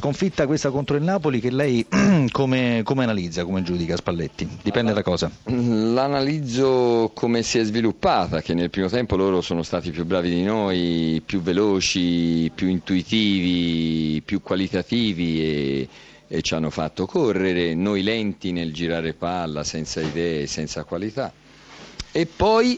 sconfitta questa contro il Napoli che lei come analizza, come giudica Spalletti? Dipende da cosa? L'analizzo come si è sviluppata, che nel primo tempo loro sono stati più bravi di noi, più veloci, più intuitivi, più qualitativi e ci hanno fatto correre, noi lenti nel girare palla, senza idee, senza qualità. E poi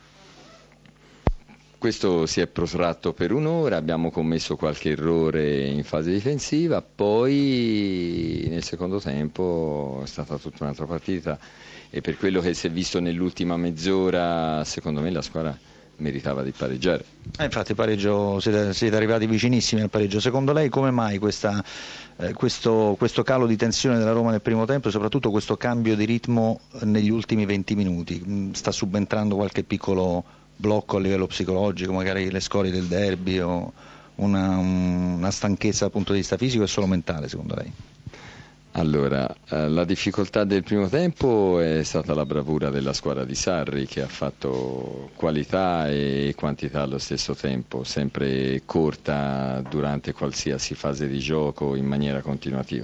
questo si è protratto per un'ora, abbiamo commesso qualche errore in fase difensiva, poi nel secondo tempo è stata tutta un'altra partita e per quello che si è visto nell'ultima mezz'ora, secondo me la squadra meritava di pareggiare. Infatti pareggio, siete arrivati vicinissimi al pareggio. Secondo lei come mai questo calo di tensione della Roma nel primo tempo e soprattutto questo cambio di ritmo negli ultimi 20 minuti? Sta subentrando qualche piccolo blocco a livello psicologico, magari le scorie del derby o una stanchezza dal punto di vista fisico, o è solo mentale secondo lei? Allora, la difficoltà del primo tempo è stata la bravura della squadra di Sarri, che ha fatto qualità e quantità allo stesso tempo, sempre corta durante qualsiasi fase di gioco in maniera continuativa.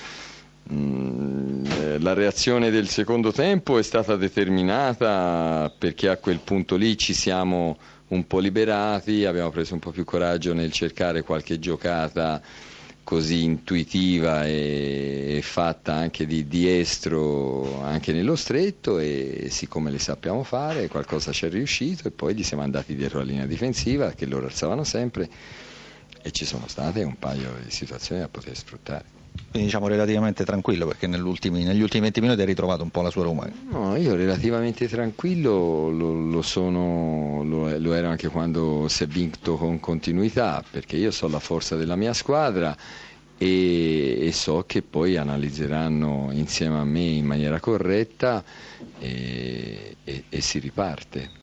La reazione del secondo tempo è stata determinata perché a quel punto lì ci siamo un po' liberati, abbiamo preso un po' più coraggio nel cercare qualche giocata così intuitiva e fatta anche di estro anche nello stretto, e siccome le sappiamo fare qualcosa ci è riuscito e poi gli siamo andati dietro la linea difensiva che loro alzavano sempre e ci sono state un paio di situazioni da poter sfruttare. Quindi diciamo relativamente tranquillo perché negli ultimi 20 minuti hai ritrovato un po' la sua Roma. No, io relativamente tranquillo lo ero anche quando si è vinto con continuità, perché io so la forza della mia squadra e so che poi analizzeranno insieme a me in maniera corretta e si riparte.